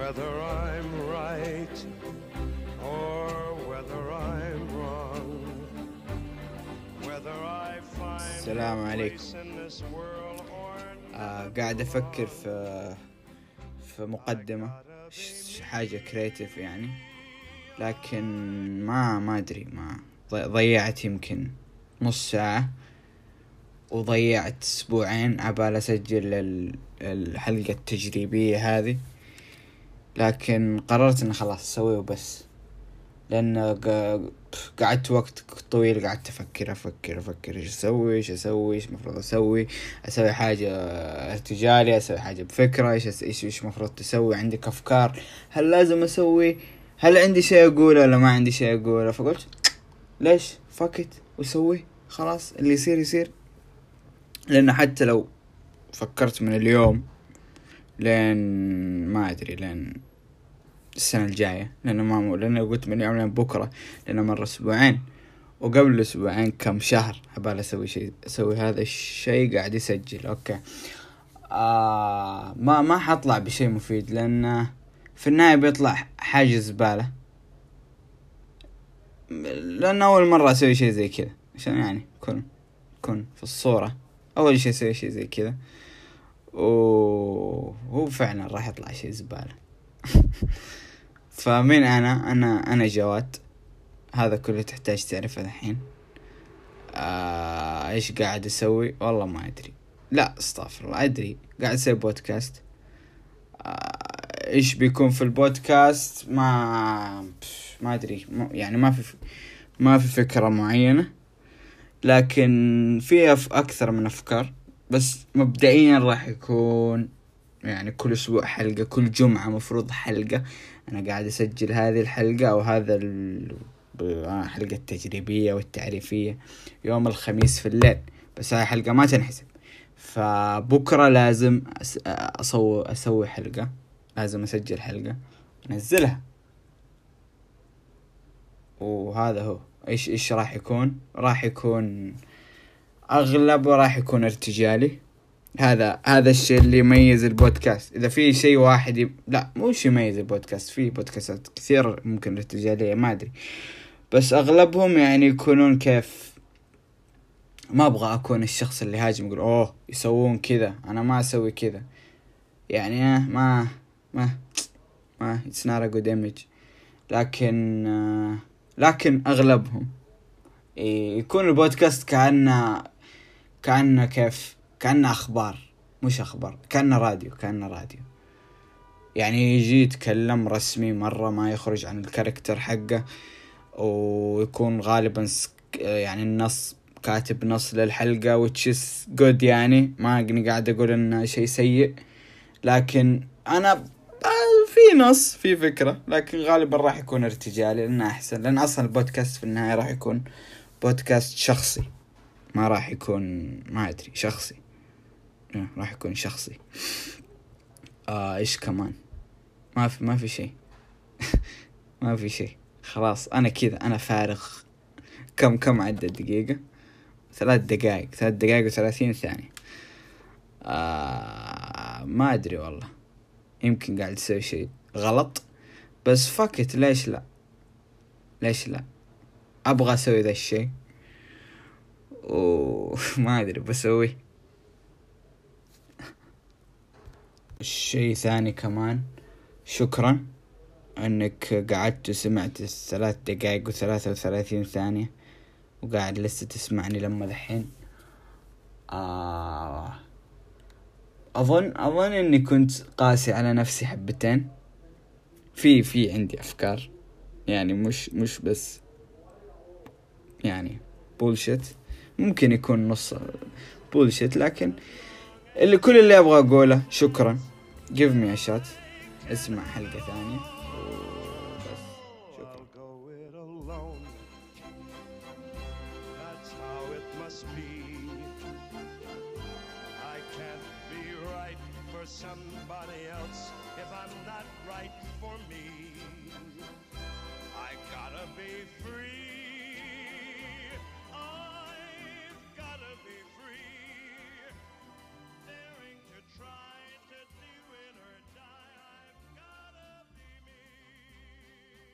whether I'm right or whether I'm wrong, whether I find السلام عليكم. in this world or قاعد أفكر في مقدمة حاجة كرياتيف يعني، لكن ما أدري، ما ضيعت يمكن نص ساعة وضيعت أسبوعين عبال أسجل الحلقة التجريبية هذه، لكن قررت إن خلاص أسويه وبس، لأن قعدت وقت طويل قعدت أفكر إيش أسوي إيش مفروض أسوي حاجة ارتجالي، أسوي حاجة بفكرة، إيش مفروض تسوي، عندك أفكار، هل لازم أسوي، هل عندي شيء أقوله ولا ما عندي شيء أقوله، فقلت ليش فكت وسوي خلاص، اللي يصير. لأن حتى لو فكرت من اليوم لين ما أدري لين السنة الجاية، لأن قلت من اليوم لين بكرة، لأن مرة أسبوعين وقبل أسبوعين كم شهر عبال أسوي هذا الشيء قاعد يسجل. أوكي ما حطلع بشيء مفيد، لأن في النهاية بيطلع حاجة زبالة، لأن أول مرة أسوي شيء زي كذا عشان يعني كن في الصورة، أول شيء أسوي شيء زي كذا وهو فعلا راح يطلع شيء زبالة. فمين أنا جواد، هذا كله تحتاج تعرفه الحين. إيش قاعد أسوي؟ والله ما أدري، لا استغفر الله، أدري قاعد أسوي بودكاست. إيش بيكون في البودكاست ما أدري، يعني ما في فكرة معينة، لكن في أكثر من أفكار، بس مبدئيا راح يكون يعني كل أسبوع حلقة، كل جمعة مفروض حلقة. أنا قاعد أسجل هذه الحلقة أو هذا الحلقة التجريبية والتعريفية يوم الخميس في الليل، بس هاي حلقة ما تنحسب، فبكرة لازم أسوي حلقة، لازم أسجل حلقة أنزلها. وهذا هو إيش راح يكون أغلبه راح يكون ارتجالي. هذا الشيء اللي يميز البودكاست. إذا في شيء واحد لا مو شيء يميز البودكاست، في بودكاستات كثير ممكن ارتجالية ما أدري، بس أغلبهم يعني يكونون كيف. ما أبغى أكون الشخص اللي هاجم يقول أوه يسوون كذا أنا ما أسوي كذا، يعني ما it's not a good image. لكن أغلبهم يكون البودكاست كأنه كيف، كأنه أخبار، مش أخبار، كأنه راديو، يعني يجي يتكلم رسمي مرة، ما يخرج عن الكاركتر حقه، ويكون غالبا يعني النص كاتب نص للحلقة which is good، يعني ما أقني قاعد أقول إنه شيء سيء، لكن أنا في نص في فكرة، لكن غالبا راح يكون ارتجالي لأنه أحسن، لأن أصلا البودكاست في النهاية راح يكون بودكاست شخصي، ما راح يكون ما أدري شخصي، راح يكون شخصي. إيش كمان؟ ما في شيء. ما في شيء، خلاص أنا كذا، أنا فارغ. كم عدد دقيقة؟ 3 دقائق و30 ثانية. ما أدري والله، يمكن قاعد أسوي شيء غلط، بس فكت ليش لا أبغى أسوي ذا الشيء وما أدري بسويه. الشيء ثاني كمان، شكرا أنك قعدت وسمعت 3 دقائق و33 ثانية وقاعد لسه تسمعني لما دحين. أظن أني كنت قاسي على نفسي حبتين. في عندي أفكار، يعني مش بس يعني بولشيت، ممكن يكون نص بولشيت، لكن كل اللي أبغى أقوله شكرا، give me a shot، اسمع حلقة ثانية وبس. شكرا. that's how it must be. I can't be right for somebody else if I'm not right for me. I gotta be free.